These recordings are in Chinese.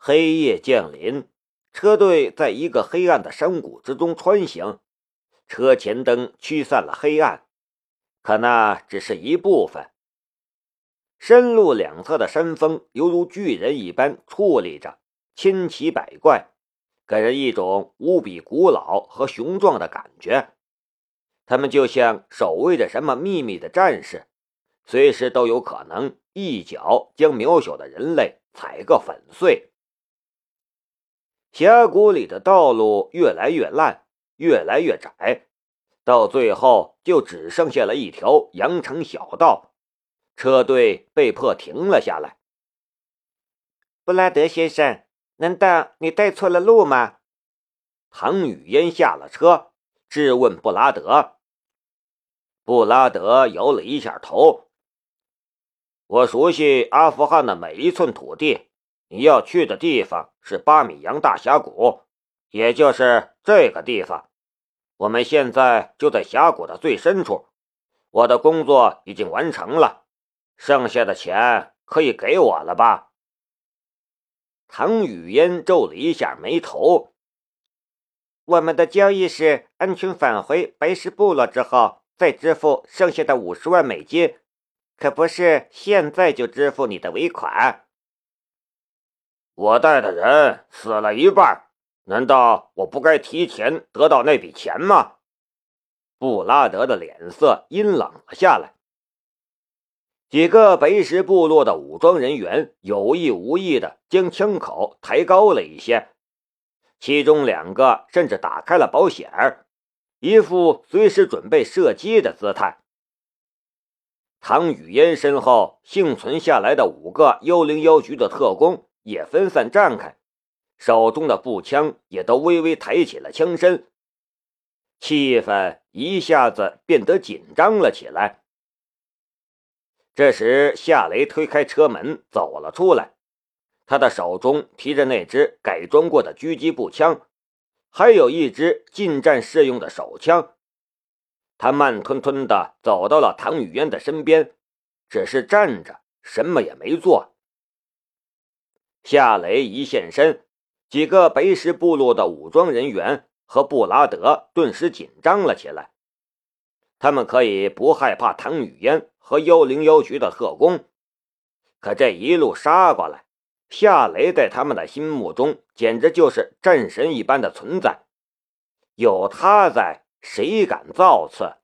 黑夜降临，车队在一个黑暗的山谷之中穿行，车前灯驱散了黑暗，可那只是一部分。山路两侧的山峰犹如巨人一般矗立着，千奇百怪，给人一种无比古老和雄壮的感觉。他们就像守卫着什么秘密的战士，随时都有可能一脚将渺小的人类踩个粉碎。峡谷里的道路越来越烂，越来越窄，到最后就只剩下了一条羊肠小道，车队被迫停了下来。 布拉德先生，难道你带错了路吗？ 唐雨嫣下了车，质问布拉德。布拉德摇了一下头。我熟悉阿富汗的每一寸土地，你要去的地方是巴米扬大峡谷，也就是这个地方。我们现在就在峡谷的最深处，我的工作已经完成了，剩下的钱可以给我了吧？唐雨嫣皱了一下眉头。 我们的交易是安全返回白石部落之后再支付剩下的50万美金，可不是现在就支付你的尾款。 我带的人死了一半，难道我不该提前得到那笔钱吗？布拉德的脸色阴冷了下来。几个白石部落的武装人员有意无意地将枪口抬高了一些，其中2个甚至打开了保险，一副随时准备射击的姿态。唐雨嫣身后幸存下来的5个101局的特工也分散站开，手中的步枪也都微微抬起了枪身，气氛一下子变得紧张了起来。这时夏雷推开车门走了出来，他的手中提着那支改装过的狙击步枪，还有一支近战适用的手枪。他慢吞吞地走到了唐雨嫣的身边，只是站着，什么也没做。夏雷一现身，几个白石部落的武装人员和布拉德顿时紧张了起来。他们可以不害怕唐雨嫣和101局的特工，可这一路杀过来，夏雷在他们的心目中简直就是战神一般的存在，有他在，谁敢造次？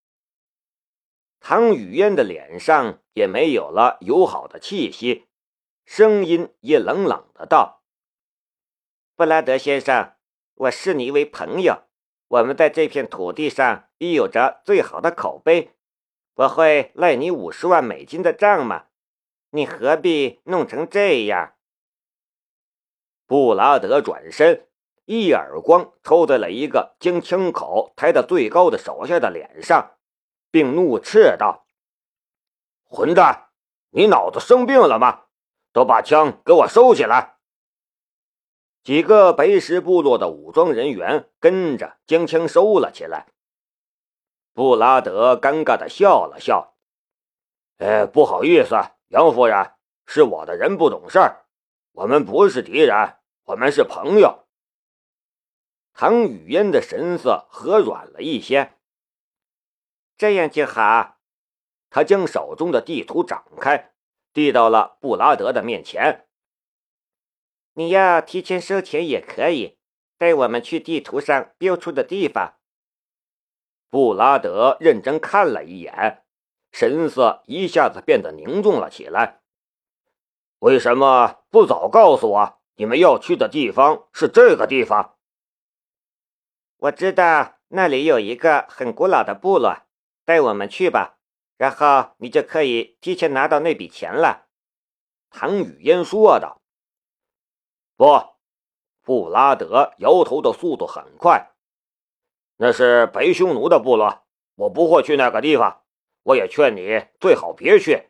唐雨嫣的脸上也没有了友好的气息，声音也冷冷的道： 布拉德先生，我视你为朋友，我们在这片土地上已有着最好的口碑，我会赖你50万美金的账吗？你何必弄成这样？ 布拉德转身，一耳光抽在了一个将枪口抬得最高的手下的脸上，并怒斥道：混蛋，你脑子生病了吗？都把枪给我收起来！几个白石部落的武装人员跟着将枪收了起来。布拉德尴尬地笑了笑：不好意思，杨夫人，是我的人不懂事儿，我们不是敌人，我们是朋友。唐雨嫣的神色和软了一些。 这样就好。 他将手中的地图展开，递到了布拉德的面前。 你要提前收钱也可以，带我们去地图上标出的地方。 布拉德认真看了一眼，神色一下子变得凝重了起来。为什么不早告诉我你们要去的地方是这个地方？ 我知道那里有一个很古老的部落，带我们去吧，然后你就可以提前拿到那笔钱了。 唐雨嫣说道。不，布拉德摇头的速度很快。那是白匈奴的部落，我不会去那个地方，我也劝你最好别去。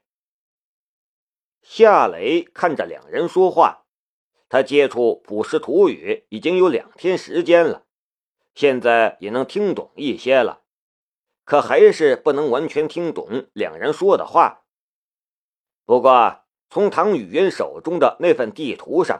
夏雷看着2人说话，他接触普什图语已经有2天时间了，现在也能听懂一些了，可还是不能完全听懂2人说的话。不过从唐雨嫣手中的那份地图上，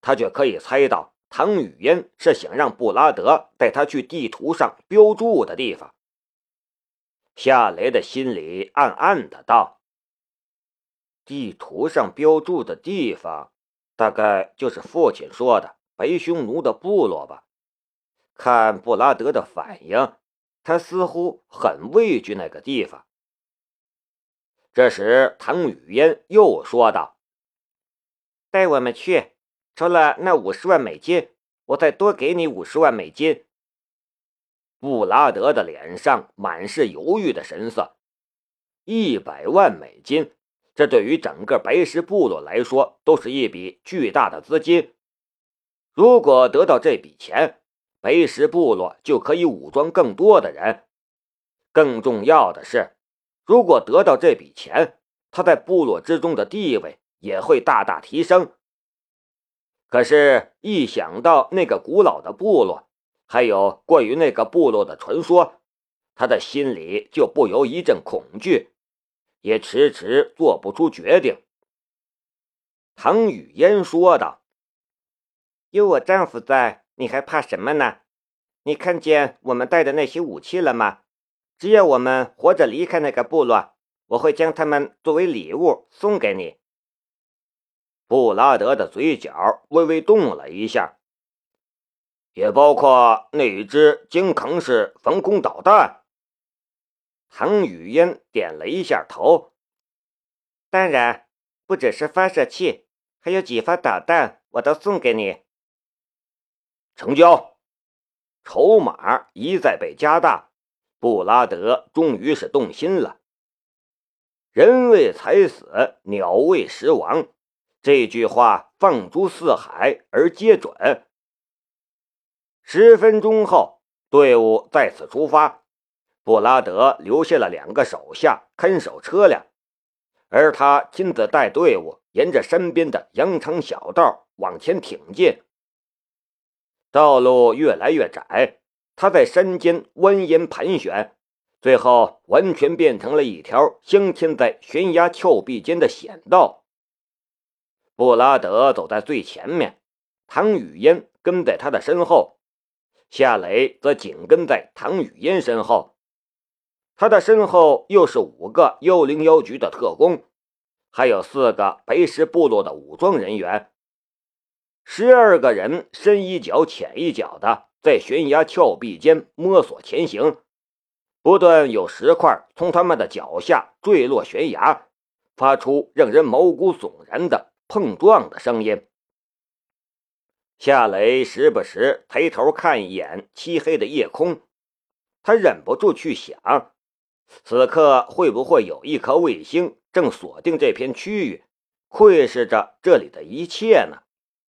他却可以猜到唐雨嫣是想让布拉德带他去地图上标注的地方。夏雷的心里暗暗的道：地图上标注的地方，大概就是父亲说的白匈奴的部落吧。看布拉德的反应，他似乎很畏惧那个地方。这时唐雨嫣又说道：带我们去，除了那50万美金，我再多给你50万美金。布拉德的脸上满是犹豫的神色。100万美金，这对于整个白石部落来说都是一笔巨大的资金。如果得到这笔钱，白石部落就可以武装更多的人。更重要的是，如果得到这笔钱，他在部落之中的地位也会大大提升。可是，一想到那个古老的部落，还有关于那个部落的传说，他的心里就不由一阵恐惧，也迟迟做不出决定。唐雨嫣说道：有我丈夫在，你还怕什么呢？你看见我们带的那些武器了吗？只要我们活着离开那个部落，我会将它们作为礼物送给你。布拉德的嘴角微微动了一下。也包括那一支京康式防空导弹。唐雨嫣点了一下头。当然，不只是发射器，还有几发导弹，我都送给你。成交。筹码一再被加大，布拉德终于是动心了。人为财死，鸟为食亡，这句话放诸四海而皆准。10分钟后，队伍再次出发。布拉德留下了2个手下看守车辆，而他亲自带队伍沿着山边的羊肠小道往前挺进。道路越来越窄，他在山间蜿蜒盘旋，最后完全变成了一条镶嵌在悬崖峭壁间的险道。布拉德走在最前面，唐雨嫣跟在他的身后，夏雷则紧跟在唐雨嫣身后。他的身后又是5个101局的特工，还有4个白石部落的武装人员。12个人深一脚浅一脚的在悬崖峭壁间摸索前行，不断有石块从他们的脚下坠落悬崖，发出让人毛骨悚然的碰撞的声音。夏雷时不时抬头看一眼漆黑的夜空，他忍不住去想，此刻会不会有一颗卫星正锁定这片区域，窥视着这里的一切呢？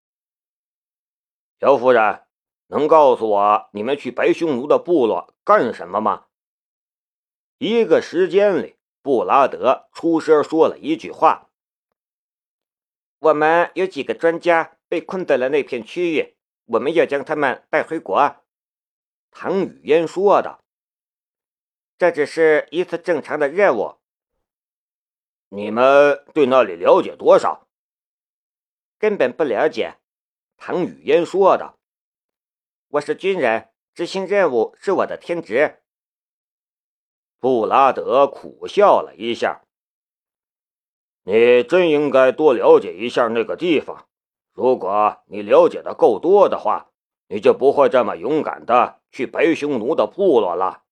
姚夫人，能告诉我你们去白匈奴的部落干什么吗？一个时间里，布拉德出声说了一句话：我们有几个专家被困在了那片区域，我们要将他们带回国。唐雨嫣说道：这只是一次正常的任务。你们对那里了解多少？根本不了解。唐雨嫣说道：我是军人，执行任务是我的天职。布拉德苦笑了一下：你真应该多了解一下那个地方，如果你了解的够多的话，你就不会这么勇敢的去白匈奴的部落了。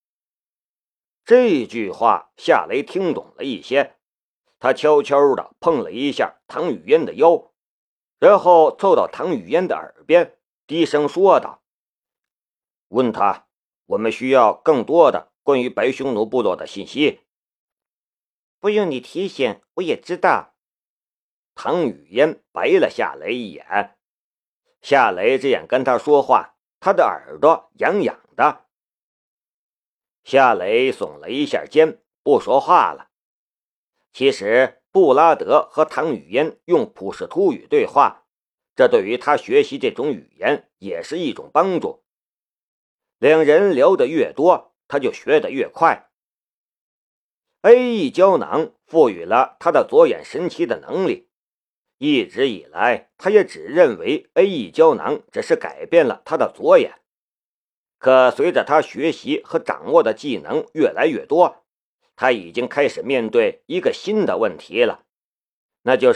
这句话夏雷听懂了一些，他悄悄地碰了一下唐雨嫣的腰，然后凑到唐雨嫣的耳边低声说道：问他，我们需要更多的关于白匈奴部落的信息。不用你提醒，我也知道。唐雨嫣白了夏雷一眼。夏雷这样跟他说话，他的耳朵痒痒的。夏雷耸了一下肩，不说话了。其实布拉德和唐雨嫣用普什图语对话，这对于他学习这种语言也是一种帮助。两人聊得越多，他就学得越快。A.E 胶囊赋予了他的左眼神奇的能力， 一直以来，他也只认为 A.E 胶囊只是改变了他的左眼，可随着他学习和掌握的技能越来越多，他已经开始面对一个新的问题了，那就是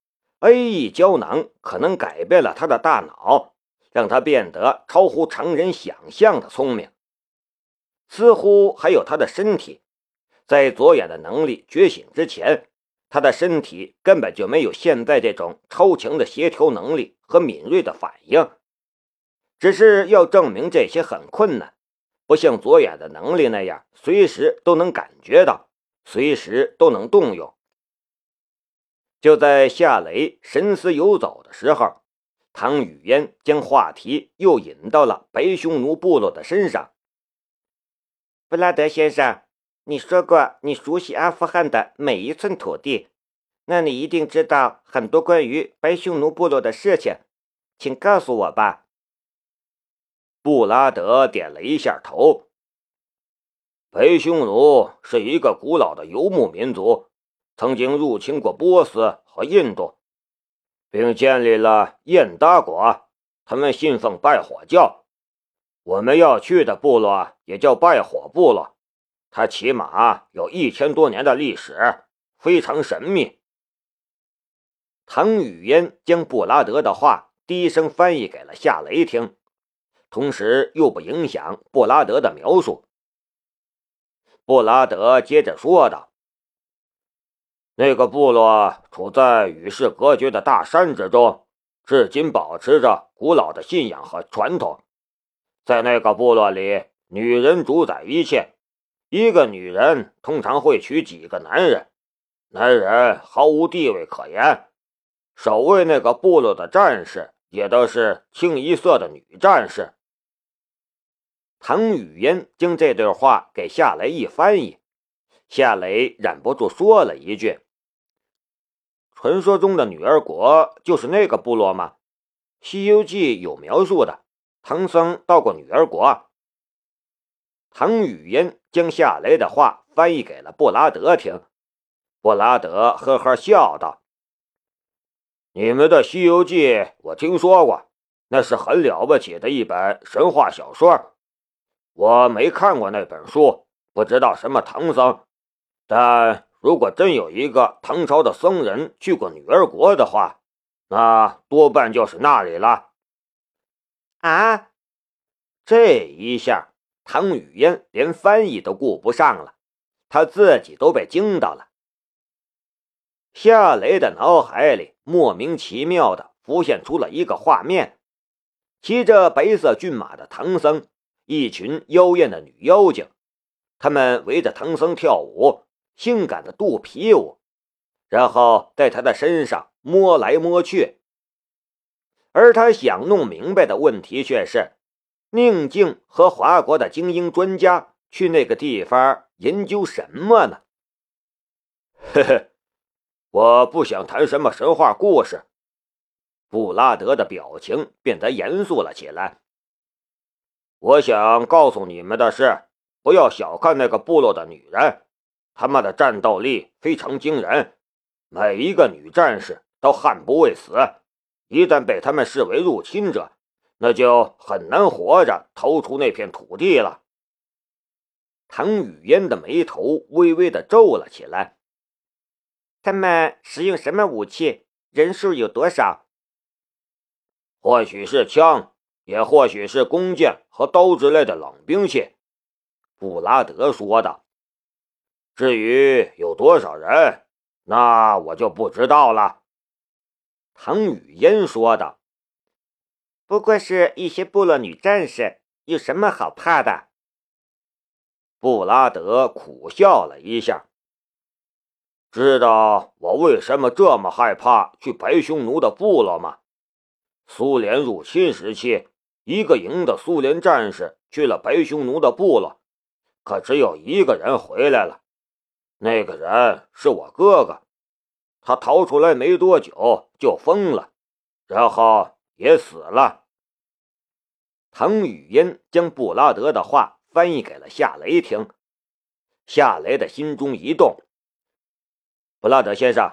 A.E 胶囊可能改变了他的大脑，让他变得超乎常人想象的聪明。似乎还有他的身体，在左眼的能力觉醒之前，他的身体根本就没有现在这种超强的协调能力和敏锐的反应。只是要证明这些很困难，不像左眼的能力那样随时都能感觉到，随时都能动用。就在夏雷神思游走的时候，唐雨嫣将话题又引到了白匈奴部落的身上。 布拉德先生，你说过你熟悉阿富汗的每一寸土地，那你一定知道很多关于白匈奴部落的事情，请告诉我吧。 布拉德点了一下头。白匈奴是一个古老的游牧民族，曾经入侵过波斯和印度，并建立了燕达国。他们信奉拜火教。我们要去的部落也叫拜火部落，它起码有1000多年的历史，非常神秘。唐雨嫣将布拉德的话低声翻译给了夏雷听，同时又不影响布拉德的描述。布拉德接着说道：那个部落处在与世隔绝的大山之中，至今保持着古老的信仰和传统。在那个部落里，女人主宰一切，一个女人通常会娶几个男人，男人毫无地位可言。守卫那个部落的战士也都是清一色的女战士。唐雨嫣将这段话给夏雷一翻译，夏雷忍不住说了一句：传说中的女儿国就是那个部落吗？西游记有描述的，唐僧到过女儿国。唐雨嫣将夏雷的话翻译给了布拉德听，布拉德呵呵笑道：你们的西游记我听说过，那是很了不起的一本神话小说。我没看过那本书，不知道什么唐僧，但如果真有一个唐朝的僧人去过女儿国的话，那多半就是那里了。 啊！ 这一下唐雨嫣连翻译都顾不上了，她自己都被惊到了。夏雷的脑海里莫名其妙地浮现出了一个画面，骑着白色骏马的唐僧，一群妖艳的女妖精，她们围着唐僧跳舞，性感的肚皮舞，然后在他的身上摸来摸去。而他想弄明白的问题却是，宁静和华国的精英专家去那个地方研究什么呢？呵呵，我不想谈什么神话故事。布拉德的表情变得严肃了起来。我想告诉你们的是，不要小看那个部落的女人，她们的战斗力非常惊人，每一个女战士都悍不畏死，一旦被他们视为入侵者，那就很难活着逃出那片土地了。唐雨嫣的眉头微微的皱了起来。 他们使用什么武器？人数有多少？ 或许是枪，也或许是弓箭和刀之类的冷兵器。布拉德说道。至于有多少人，那我就不知道了。唐雨嫣说道。 不过是一些部落女战士，有什么好怕的？ 布拉德苦笑了一下。知道我为什么这么害怕去白匈奴的部落吗？苏联入侵时期，一个营的苏联战士去了白匈奴的部落，可只有一个人回来了。那个人是我哥哥，他逃出来没多久就疯了，然后也死了。唐雨嫣将布拉德的话翻译给了夏雷听，夏雷的心中一动。布拉德先生，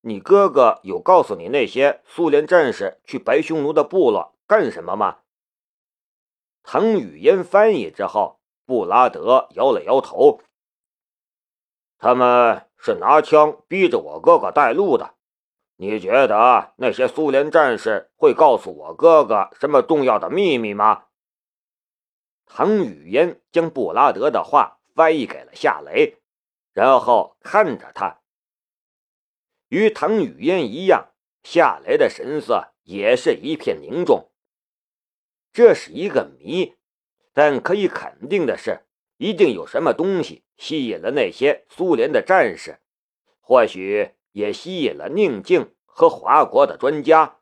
你哥哥有告诉你那些苏联战士去白匈奴的部落干什么吗？唐语嫣翻译之后，布拉德摇了摇头。他们是拿枪逼着我哥哥带路的。你觉得那些苏联战士会告诉我哥哥什么重要的秘密吗？唐语嫣将布拉德的话翻译给了夏雷，然后看着他。与唐语嫣一样，夏雷的神色也是一片凝重。这是一个谜，但可以肯定的是，一定有什么东西吸引了那些苏联的战士，或许也吸引了宁静和华国的专家。